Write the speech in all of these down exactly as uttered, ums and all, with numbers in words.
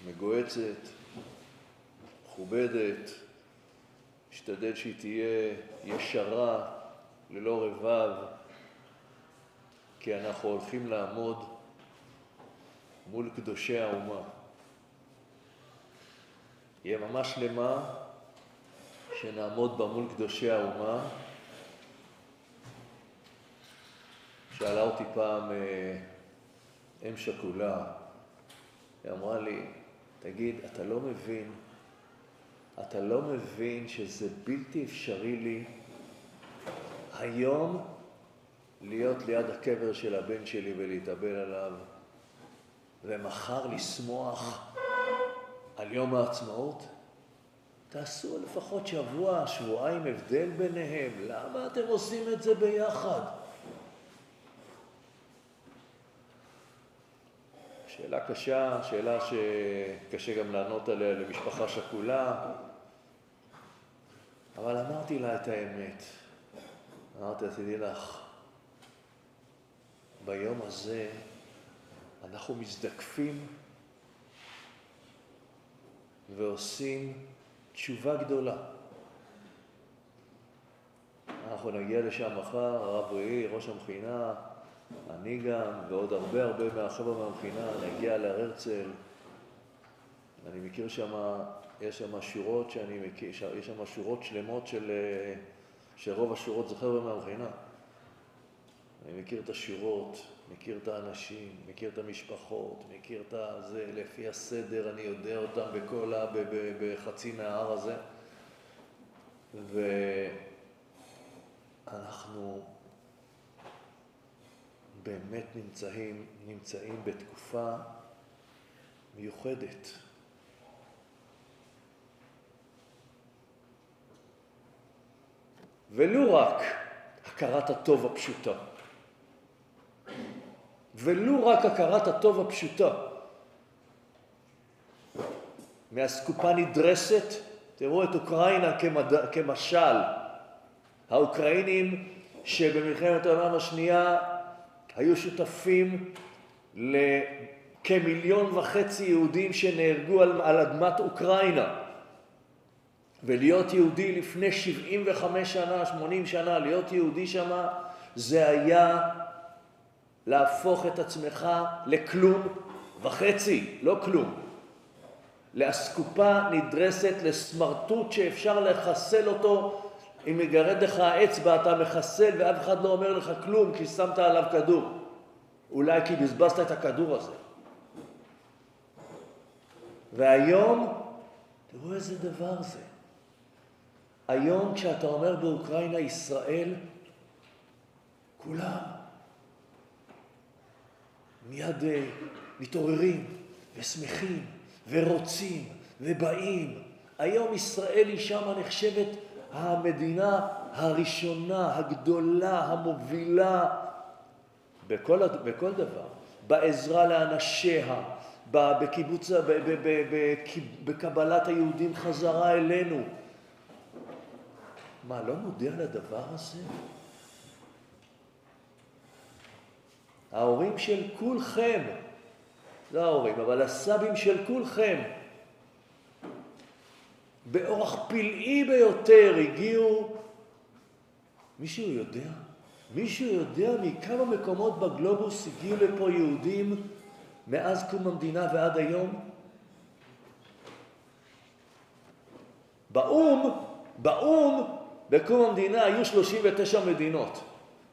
מגועצת, מכובדת, משתדל שהיא תהיה ישרה, ללא רבב, כי אנחנו הולכים לעמוד מול קדושי האומה. יהיה ממש למה שנעמוד בה מול קדושי האומה. שאלה אותי פעם אם שכולה, היא אמרה לי, תגיד, אתה לא מבין, אתה לא מבין שזה בלתי אפשרי לי היום להיות ליד הקבר של הבן שלי ולהתאבל עליו, ומחר לשמוח על יום העצמאות? תעשו לפחות שבוע, שבועיים הבדל ביניהם. למה אתם עושים את זה ביחד? שאלה קשה, שאלה שקשה גם לענות עליה למשפחה שכולה. אבל אמרתי לה את האמת. אמרתי, תדעי לך, ביום הזה אנחנו מזדקפים ועושים תשובה גדולה. אנחנו נגיע לשם מחר, הרב רועי, ראש המכינה, אני גם, ועוד הרבה הרבה מהחבר'ה מהמכינה, נגיע להר הרצל. אני מכיר שם, יש שם שורות שאני מכיר, יש שם שורות שלמות של, שרוב השורות זה חבר'ה מהמכינה. אני מכיר את השורות, מכיר את האנשים, מכיר את המשפחות, מכיר את זה, לפי הסדר, אני יודע אותם בכל, ב, ב, בחצי מההר הזה. ואנחנו באמת נמצאים, נמצאים בתקופה מיוחדת. ולא רק הכרת הטוב הפשוטה. ולא רק הכרת הטוב הפשוטה. מהסקופה נדרסת, תראו את אוקראינה כמד... כמשל. האוקראינים שבמלחמת העולם השנייה היו שותפים לכמיליון וחצי יהודים שנהרגו על, על אדמת אוקראינה. ולהיות יהודי לפני שבעים וחמש שנה, שמונים שנה, להיות יהודי שמה, זה היה להפוך את עצמך לכלום וחצי, לא כלום. לאסקופה נדרסת, לסמרטוט שאפשר לחסל אותו, אם מגרד לך האצבע אתה מחסל ואף אחד לא אומר לך כלום כי שמת עליו כדור. אולי כי בזבזת את הכדור הזה. והיום, תראו איזה דבר זה. היום כשאתה אומר באוקראינה ישראל, כולם מיד מתעוררים ושמחים ורוצים ובאים. היום ישראל היא שמה נחשבת המדינה הראשונה, הגדולה, המובילה בכל, בכל דבר. בעזרה לאנשיה, בקיבוץ, בקבלת היהודים חזרה אלינו. מה, לא מודה על הדבר הזה? ההורים של כולכם, לא ההורים, אבל הסבים של כולכם, באורח פלאי ביותר הגיעו, מישהו יודע? מישהו יודע מכמה מקומות בגלובוס הגיעו לפה יהודים מאז קום המדינה ועד היום? באום, באום, בקום המדינה היו שלושים ותשע מדינות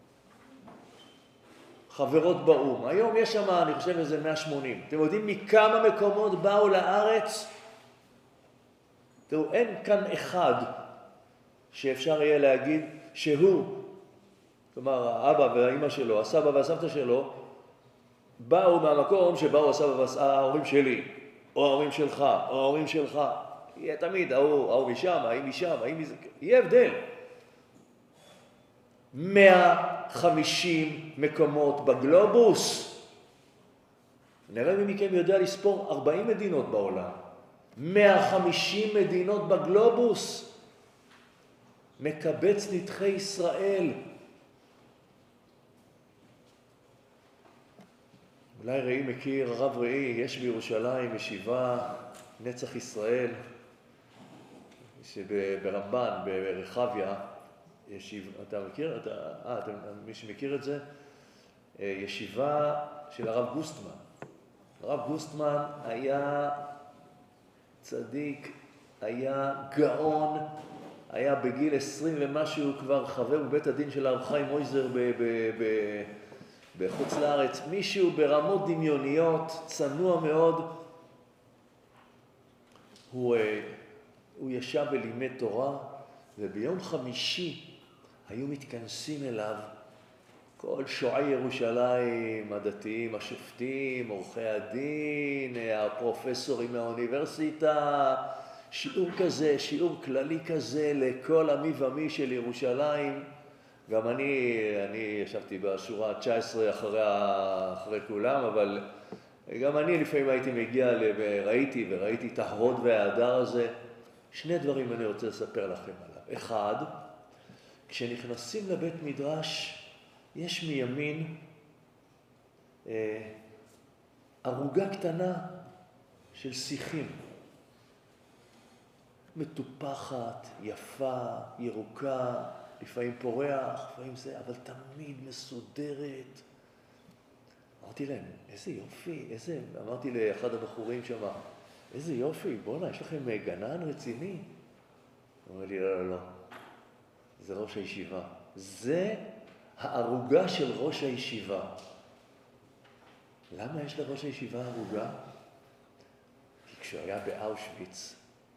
חברות באום. היום יש שם, אני חושב, איזה מאה ושמונים. אתם יודעים מכמה מקומות באו לארץ? תראו, אין כאן אחד שאפשר יהיה להגיד שהוא, כלומר, האבא והאמא שלו, הסבא והסבתא שלו, באו מהמקום שבאו הסבא וההורים שלי, או ההורים שלך, או ההורים שלך. יהיה תמיד, ההוא משם, ההיא משם, ההיא מזה, יהיה הבדל. מאה וחמישים מקומות בגלובוס. נראה מי מכם יודע לספור ארבעים מדינות בעולם. מאה וחמישים מדינות בגלובוס. מקבץ נדחי ישראל. אולי ראי מכיר, הרב ראי, יש בירושלים ישיבה, נצח ישראל, שברמב"ן, ברחביה, ישיב, אתה מכיר? אתה, אה, אתה, מי שמכיר את זה? ישיבה של הרב גוסטמן. הרב גוסטמן היה צדיק, היה גאון, היה בגיל עשרים ומשהו כבר חבר בבית הדין של הרב חיים מויזר ב... ב, ב בחוץ לארץ, מישהו ברמות דמיוניות, צנוע מאוד. הוא, הוא ישב ולימד תורה, וביום חמישי היו מתכנסים אליו כל שועי ירושלים, הדתיים, השופטים, עורכי הדין, הפרופסורים מהאוניברסיטה, שיעור כזה, שיעור כללי כזה לכל עמי ומי של ירושלים. גם אני, אני ישבתי בשורה תשע עשרה אחרי, אחרי כולם, אבל גם אני לפעמים הייתי מגיע, וראיתי, וראיתי את ההוד וההדר הזה. שני דברים אני רוצה לספר לכם עליו. אחד, כשנכנסים לבית מדרש, יש מימין אה, ערוגה קטנה של שיחים. מטופחת, יפה, ירוקה, לפעמים פורח, לפעמים זה, אבל תמיד מסודרת. אמרתי להם, איזה יופי, איזה, אמרתי לאחד הבחורים שם, איזה יופי, בוא'נה, יש לכם גנן רציני? הוא אומר לי, לא, לא, לא, זה ראש הישיבה. זה הערוגה של ראש הישיבה. למה יש לראש הישיבה ערוגה? כי כשהוא היה באושוויץ,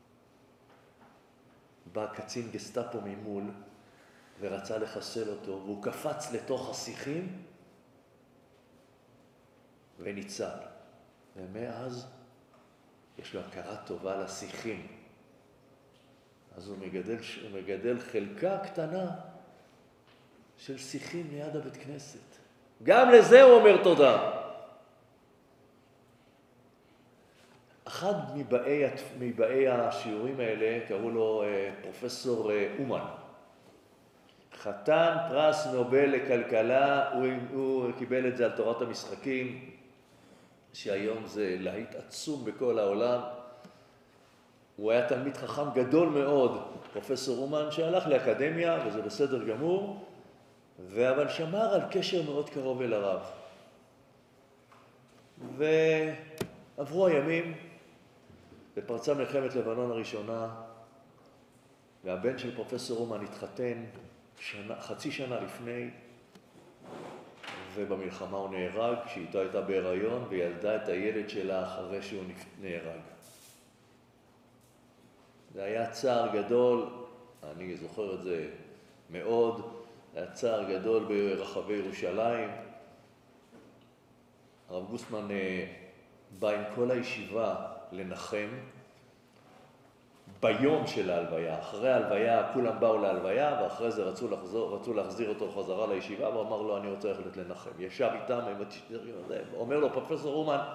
בא קצין גסטאפו ממול, ורצה לחסל אותו, והוא קפץ לתוך השיחים וניצל. ומאז יש לו הכרה טובה לשיחים. אז הוא מגדל, הוא מגדל חלקה קטנה של שיחים ליד הבית כנסת. גם לזה הוא אומר תודה. אחד מבאי, מבאי השיעורים האלה, קראו לו פרופסור אומן. חתן פרס נובל לכלכלה, הוא, הוא קיבל את זה על תורת המשחקים, שהיום זה להיט עצום בכל העולם. הוא היה תלמיד חכם גדול מאוד, פרופסור אומן, שהלך לאקדמיה, וזה בסדר גמור, אבל שמר על קשר מאוד קרוב אל הרב. ועברו הימים, ופרצה מלחמת לבנון הראשונה, והבן של פרופסור אומן התחתן שנה, חצי שנה לפני, ובמלחמה הוא נהרג, כשאיתו הייתה בהיריון, וילדה את הילד שלה אחרי שהוא נהרג. זה היה צער גדול, אני זוכר את זה מאוד, היה צער גדול ברחבי ירושלים. הרב גוסטמן בא עם כל הישיבה לנחם, ביום של ההלוויה. אחרי ההלוויה כולם באו להלוויה, ואחרי זה רצו, לחזור, רצו להחזיר אותו חזרה לישיבה, ואמר לו, אני רוצה ללכת לנחם. ישב איתם, אומר לו, פרופסור אומן,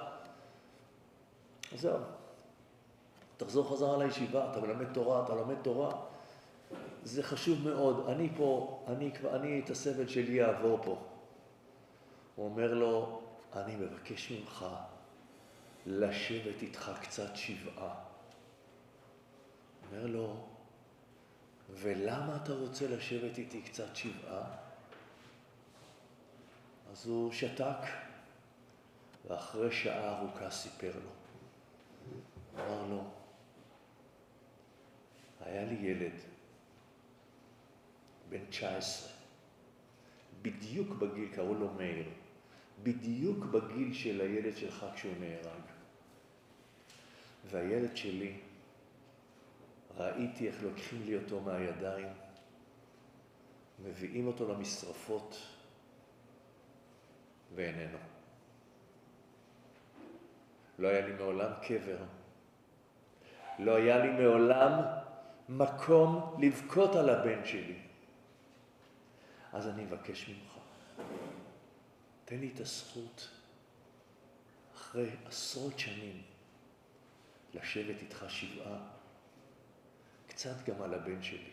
זהו, תחזור חזרה לישיבה, אתה מלמד תורה, אתה לומד תורה. זה חשוב מאוד, אני פה, אני, אני את הסבל שלי אעבור פה. הוא אומר לו, אני מבקש ממך לשבת איתך קצת שבעה. אומר לו, ולמה אתה רוצה לשבת איתי קצת שבעה? אז הוא שתק, ואחרי שעה ארוכה סיפר לו. אמר לו, היה לי ילד, בן תשע עשרה, בדיוק בגיל, קראו לו מאיר, בדיוק בגיל של הילד שלך כשהוא נהרג. והילד שלי, ראיתי איך לוקחים לי אותו מהידיים, מביאים אותו למשרפות, ואיננו. לא היה לי מעולם קבר, לא היה לי מעולם מקום לבכות על הבן שלי. אז אני מבקש ממך, תן לי את הזכות, אחרי עשרות שנים, לשבת איתך שבעה, קצת גם על הבן שלי.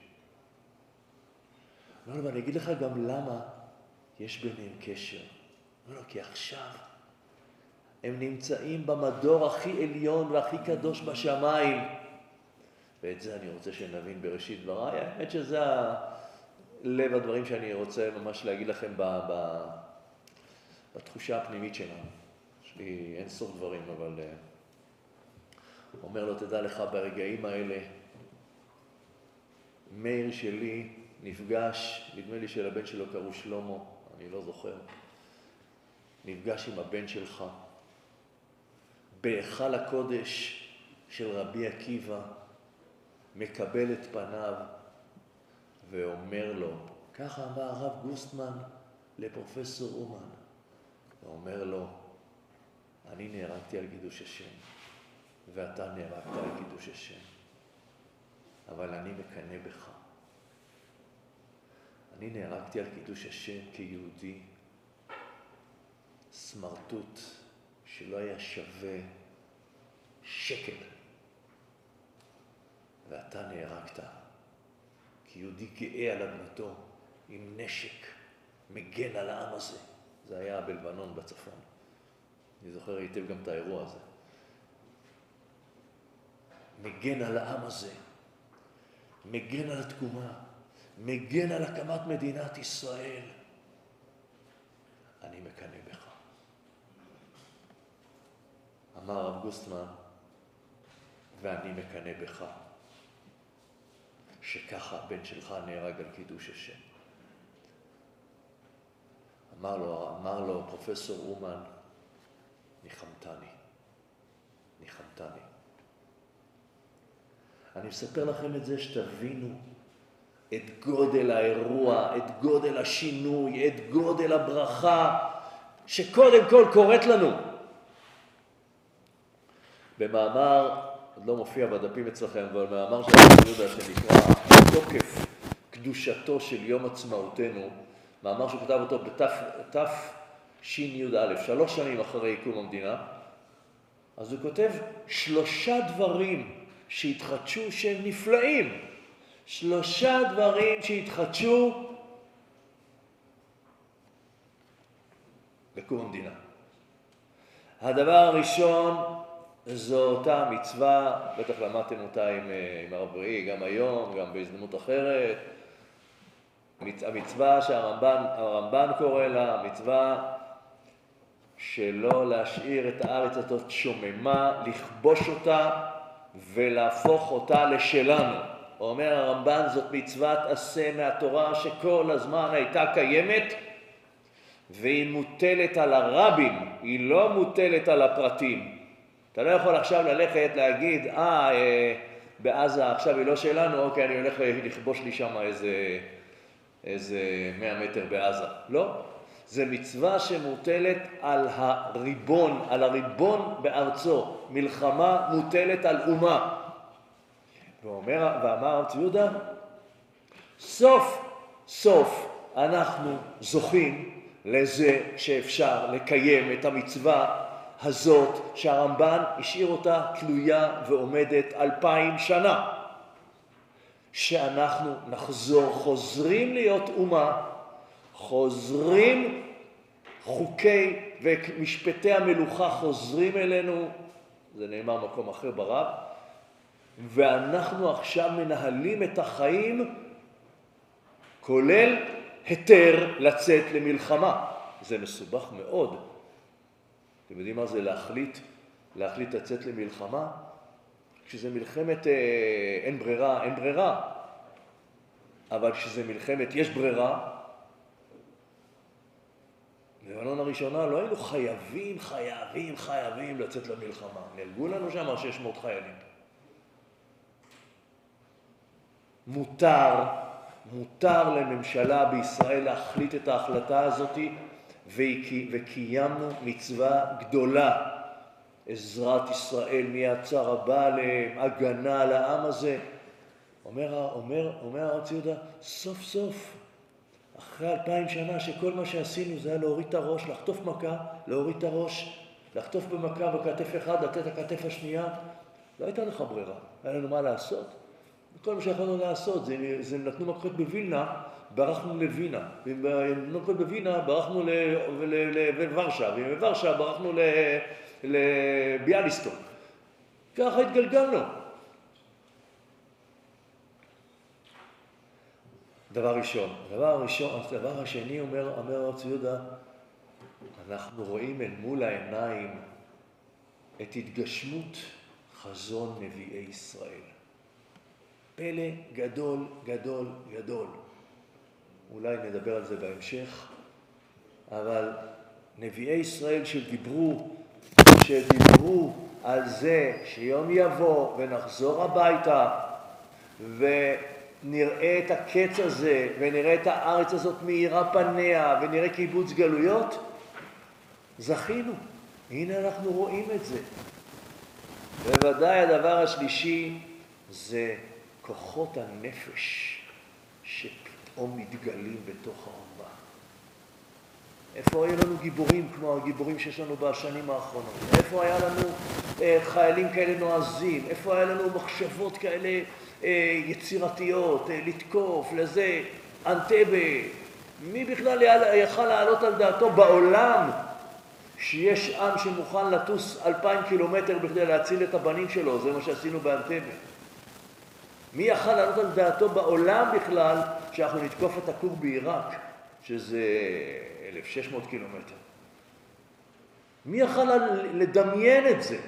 לא, אבל אני אגיד לך גם למה יש ביניהם קשר. לא, לא, כי עכשיו הם נמצאים במדור הכי עליון והכי קדוש בשמיים. ואת זה אני רוצה שנבין בראשית דבריי. האמת שזה לב הדברים שאני רוצה ממש להגיד לכם ב, ב, בתחושה הפנימית שלנו. יש לי אין סוף דברים, אבל uh, אומר לו, תדע לך, ברגעים האלה, מאיר שלי נפגש, נדמה לי שלבן שלו קראו שלמה, אני לא זוכר, נפגש עם הבן שלך, בהיכל הקודש של רבי עקיבא, מקבל את פניו ואומר לו, ככה אמר הרב גוסטמן לפרופסור אומן, ואומר לו, אני נהרגתי על קידוש השם, ואתה נהרגת על קידוש השם, אבל אני מקנא בך. אני נהרגתי על קידוש השם כיהודי, סמרטוט שלא היה שווה שקל. ואתה נהרגת כיהודי גאה על אדמתו, עם נשק, מגן על העם הזה. זה היה בלבנון בצפון. אני זוכר היטב גם את האירוע הזה. מגן על העם הזה, מגן על התקומה, מגן על הקמת מדינת ישראל. אני מקנא בך. אמר הרב גוסטמן, ואני מקנא בך, שככה הבן שלך נהרג על קידוש השם. אמר לו, אמר לו פרופסור אומן, ניחמתני, ניחמתני. אני מספר לכם את זה שתבינו את גודל האירוע, את גודל השינוי, את גודל הברכה, שקודם כל קורית לנו. במאמר, עוד לא מופיע בדפים אצלכם, אבל במאמר של הרב יהודה שנקרא תוקף קדושתו של יום עצמאותנו, מאמר שהוא כתב אותו בתף שי"א, שלוש שנים אחרי קום המדינה, אז הוא כותב שלושה דברים שהתחדשו שהם נפלאים. שלושה דברים שהתחדשו בקום המדינה. הדבר הראשון זו אותה מצווה, בטח למדתם אותה עם, עם הרב בראי, גם היום, גם בהזדמנות אחרת. המצווה שהרמב"ן הרמב"ן קורא לה, המצווה שלא להשאיר את הארץ הזאת שוממה, לכבוש אותה ולהפוך אותה לשלנו. אומר הרמב"ן, זאת מצוות עשה מהתורה שכל הזמן הייתה קיימת, והיא מוטלת על הרבים, היא לא מוטלת על הפרטים. אתה לא יכול עכשיו ללכת להגיד, אה, אה בעזה עכשיו היא לא שלנו, אוקיי, אני הולך לכבוש לי שם איזה, איזה מאה מטר בעזה. לא. זה מצווה שמוטלת על הריבון, על הריבון בארצו. מלחמה מוטלת על אומה. ואומר, ואמר הרב יהודה, סוף סוף אנחנו זוכים לזה שאפשר לקיים את המצווה הזאת שהרמב"ן השאיר אותה תלויה ועומדת אלפיים שנה. שאנחנו נחזור, חוזרים להיות אומה, חוזרים חוקי ומשפטי המלוכה חוזרים אלינו, זה נאמר מקום אחר ברב, ואנחנו עכשיו מנהלים את החיים, כולל היתר לצאת למלחמה. זה מסובך מאוד. אתם יודעים מה זה להחליט, להחליט לצאת למלחמה? כשזה מלחמת אה, אין ברירה, אין ברירה. אבל כשזה מלחמת יש ברירה, בלבנון הראשונה לא היינו חייבים, חייבים, חייבים לצאת למלחמה. נהרגו לנו שם שש מאות חיילים. מותר, מותר לממשלה בישראל להחליט את ההחלטה הזאת, וקיימנו מצווה גדולה. עזרת ישראל מהצער הבא עליהם, הגנה על העם הזה. אומר, אומר, אומר הרב יהודה, סוף סוף, אחרי אלפיים שנה שכל מה שעשינו זה היה להוריד את הראש, לחטוף מכה, להוריד את הראש, לחטוף במכה בכתף אחד, לתת את הכתף השנייה. לא הייתה לך ברירה, היה לנו מה לעשות. כל מה שיכולנו לעשות, זה, זה נתנו מכות בווילנה, ברחנו לווינה. ואם נתנו מכות בווינה, ברחנו לוורשה, ואם בוורשה ברחנו לביאליסטוק. ככה התגלגלנו. דבר ראשון. דבר הראשון, הדבר השני אומר, אומר הרב צבי יהודה, אנחנו רואים אל מול העיניים את התגשמות חזון נביאי ישראל. פלא גדול, גדול, גדול. אולי נדבר על זה בהמשך, אבל נביאי ישראל שדיברו, שדיברו על זה שיום יבוא ונחזור הביתה ונראה את הקץ הזה ונראה את הארץ הזאת מאירה פניה ונראה קיבוץ גלויות, זכינו. הנה אנחנו רואים את זה. בוודאי הדבר השלישי זה כוחות הנפש שפתאום מתגלים בתוך האומה. איפה היה לנו גיבורים כמו הגיבורים שיש לנו בשנים האחרונות? איפה היה לנו אה, חיילים כאלה נועזים? איפה היה לנו מחשבות כאלה אה, יצירתיות, אה, לתקוף, לזה, אנטבה? מי בכלל יכל לעלות על דעתו בעולם שיש עם שמוכן לטוס אלפיים קילומטר בכדי להציל את הבנים שלו? זה מה שעשינו באנטבה. מי יכל לעלות על דעתו בעולם בכלל שאנחנו נתקוף את הכור בעיראק, שזה אלף ושש מאות קילומטר? מי יכל לדמיין את זה?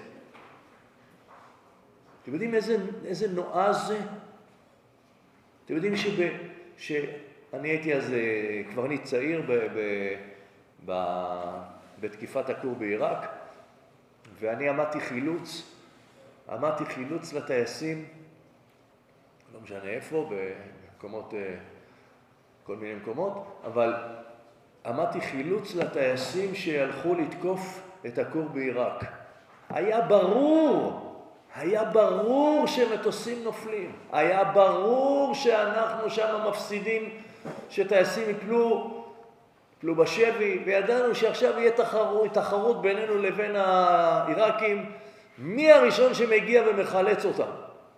אתם יודעים איזה, איזה נועז זה? אתם יודעים שב, שאני הייתי אז קברניט צעיר ב, ב, ב, בתקיפת הכור בעיראק, ואני עמדתי חילוץ, עמדתי חילוץ לטייסים, לא משנה איפה, במקומות, כל מיני מקומות, אבל עמדתי חילוץ לטייסים שהלכו לתקוף את הכור בעיראק. היה ברור, היה ברור שמטוסים נופלים. היה ברור שאנחנו שם מפסידים, שטייסים יפלו, יפלו בשבי, וידענו שעכשיו יהיה תחרות, תחרות בינינו לבין העיראקים, מי הראשון שמגיע ומחלץ אותם.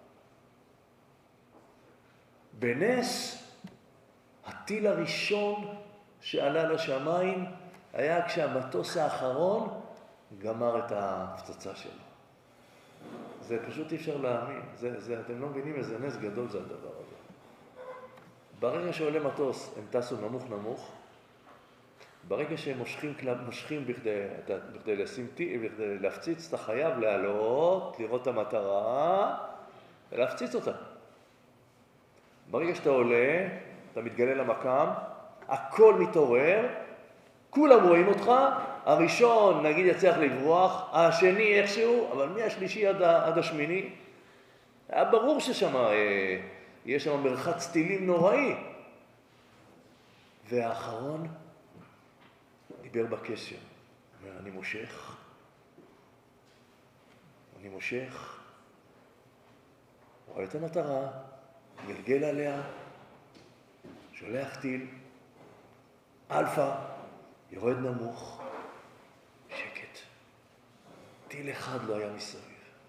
בנס, הטיל הראשון שעלה לשמיים היה כשהמטוס האחרון גמר את ההפצצה שלו. זה פשוט אי אפשר להאמין. זה, זה, אתם לא מבינים איזה נס גדול זה הדבר הזה. ברגע שעולה מטוס, הם טסו נמוך נמוך. ברגע שהם מושכים, מושכים בכדי, בכדי, לשים, בכדי להפציץ, אתה חייב לעלות, לראות את המטרה ולהפציץ אותה. ברגע שאתה עולה, אתה מתגלה למקם, הכל מתעורר, כולם רואים אותך, הראשון נגיד יצליח לברוח, השני איכשהו, אבל מהשלישי עד, עד השמיני, היה ברור ששם אה, יש שם מרחץ טילים נוראי. והאחרון דיבר בקשר, אומר, אני מושך, אני מושך, רואה את המטרה, גלגל עליה, שולח טיל, אלפא, יורד נמוך, שקט. טיל אחד לא היה מסביב.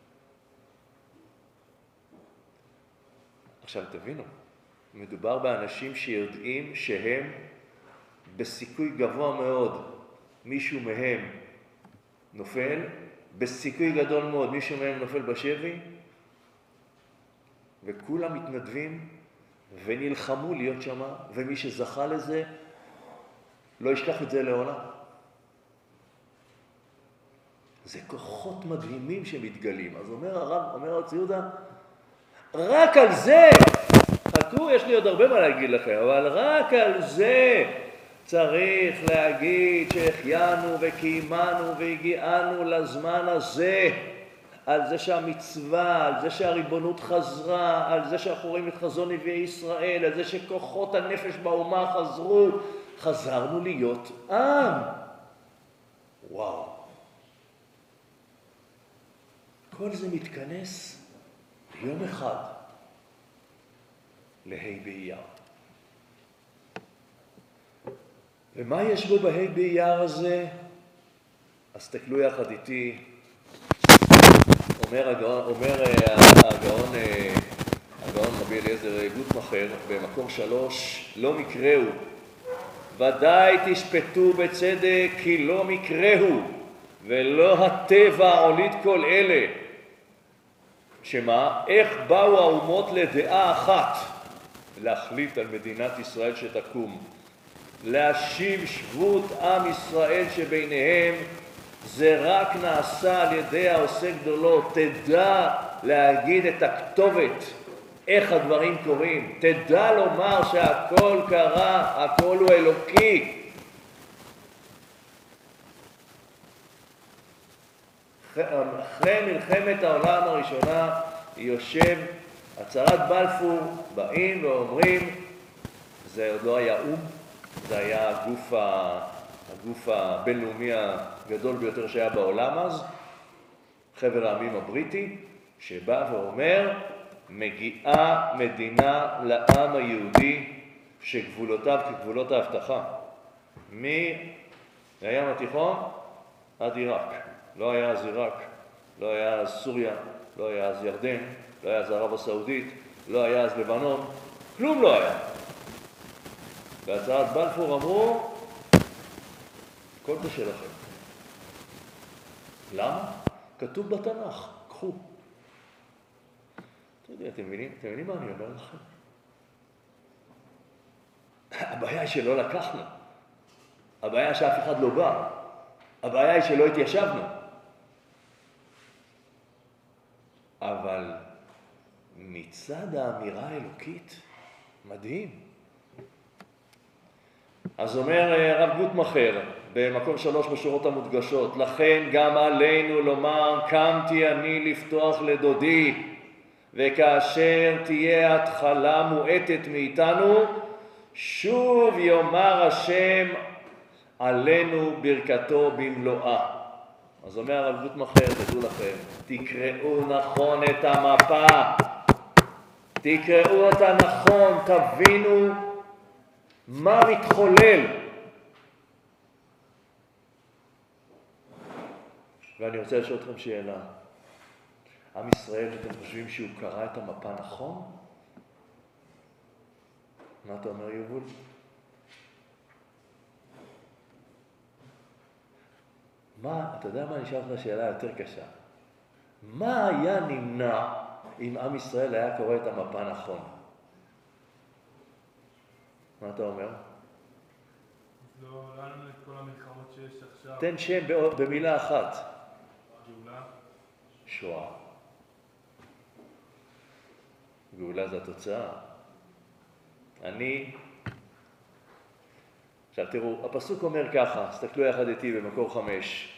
עכשיו תבינו, מדובר באנשים שיודעים שהם בסיכוי גבוה מאוד מישהו מהם נופל, בסיכוי גדול מאוד מישהו מהם נופל בשבי, וכולם מתנדבים ונלחמו להיות שם, ומי שזכה לזה לא ישכח את זה לעולם. זה כוחות מדהימים שמתגלים. אז אומר הרב, אומר הרב צבי יהודה, רק על זה, חכו, יש לי עוד הרבה מה להגיד לכם, אבל רק על זה צריך להגיד שהחיינו וקיימנו והגיענו לזמן הזה, על זה שהמצווה, על זה שהריבונות חזרה, על זה שאנחנו רואים את חזון נביאי ישראל, על זה שכוחות הנפש באומה חזרו, חזרנו להיות עם. וואו. כל זה מתכנס ביום אחד להי באייר. ומה יש בו בהי באייר הזה? אז תקלו יחד איתי. אומר הגאון, אומר הגאון, הגאון רבי אליעזר גוטמכר במקור שלוש, לא מקרה הוא. ודאי תשפטו בצדק כי לא מקרה הוא. ולא הטבע הוליד כל אלה. שמה? איך באו האומות לדעה אחת להחליט על מדינת ישראל שתקום, להשיב שבות עם ישראל שביניהם, זה רק נעשה על ידי העושה גדולות. תדע להגיד את הכתובת, איך הדברים קורים, תדע לומר שהכל קרה, הכל הוא אלוקי. אחרי מלחמת העולם הראשונה יושב הצהרת בלפור, באים ואומרים, זה עוד לא היה אום, זה היה הגוף, ה, הגוף הבינלאומי הגדול ביותר שהיה בעולם אז, חבר העמים הבריטי, שבא ואומר, מגיעה מדינה לעם היהודי שגבולותיו כגבולות ההבטחה, מהים התיכון עד עיראק. לא היה אז עיראק, לא היה אז סוריה, לא היה אז ירדן, לא היה אז ערב הסעודית, לא היה אז לבנון, כלום לא היה. בהצהרת בלפור אמרו, כל זה שלכם. למה? כתוב בתנ"ך, קחו. אתה יודע, אתם מבינים? אתם מבינים מה אני אומר לכם? הבעיה היא שלא לקחנו. הבעיה היא שאף אחד לא בא. הבעיה היא שלא התיישבנו. אבל מצד האמירה האלוקית, מדהים. אז אומר הרב גוטמכר, במקום שלוש בשורות המודגשות, לכן גם עלינו לומר, קמתי אני לפתוח לדודי, וכאשר תהיה התחלה מועטת מאיתנו, שוב יאמר השם עלינו ברכתו במלואה. אז אומר הרב גוטמכר, תדעו לכם, תקראו נכון את המפה, תקראו אותה נכון, תבינו מה מתחולל. ואני רוצה לשאול אתכם שאלה. עם ישראל, אתם חושבים שהוא קרא את המפה נכון? מה אתה אומר, יובל? מה, אתה יודע מה, אני אשאל אותך שאלה יותר קשה. מה היה נמנע אם עם ישראל היה קורא את המפה נכון? מה אתה אומר? לא, לא לנו את כל המלחמות שיש עכשיו. תן שם במילה אחת. גאולה. שואה. גאולה זה התוצאה. אני... עכשיו תראו, הפסוק אומר ככה, תסתכלו יחד איתי במקור חמש.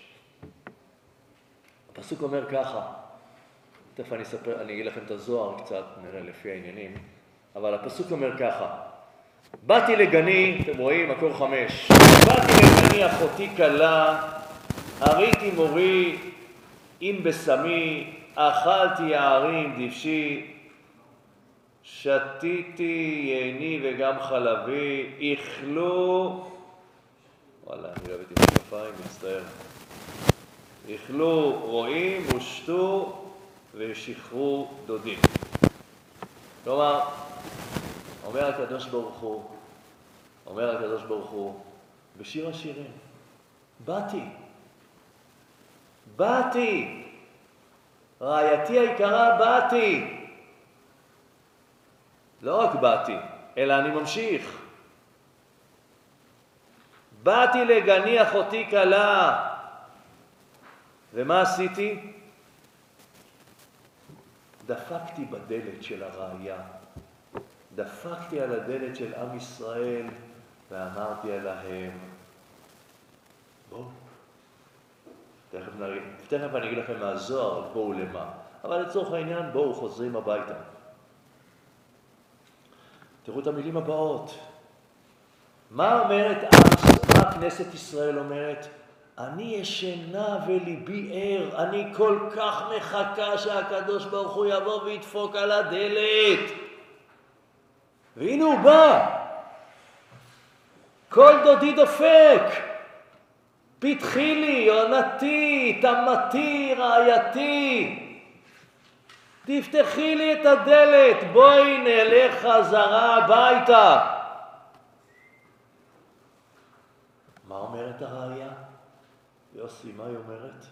הפסוק אומר ככה, תכף אני אספר, אני אגיד לכם את הזוהר קצת, נראה לפי העניינים, אבל הפסוק אומר ככה, באתי לגני, אתם רואים, מקור חמש, באתי לגני אחותי קלה, הריתי מורי, אם בסמי, אכלתי יערים דבשי, שתיתי ייני וגם חלבי, איכלו, וואלה, אני רביתי משקפיים, מצטער, איכלו רועים ושתו ושחרו דודים. כלומר, אומר הקדוש ברוך הוא, אומר הקדוש ברוך הוא, בשיר השירים, באתי, באתי, רעייתי היקרה, באתי. לא רק באתי, אלא אני ממשיך. באתי לגני אחותי קלה. ומה עשיתי? דפקתי בדלת של הרעיה. דפקתי על הדלת של עם ישראל ואמרתי להם, בואו. תכף, תכף אני אגיד לכם מהזוהר, בואו למה. אבל לצורך העניין, בואו חוזרים הביתה. תראו את המילים הבאות. מה אומרת, מה כנסת ישראל אומרת? אני ישנה וליבי ער, אני כל כך מחכה שהקדוש ברוך הוא יבוא וידפוק על הדלת. והנה הוא בא. כל דודי דופק. פתחי לי, יונתי, תמתי, רעייתי. תפתחי לי את הדלת, בואי נלך חזרה הביתה. מה אומרת הרעיה? היא יוסי, מה היא אומרת?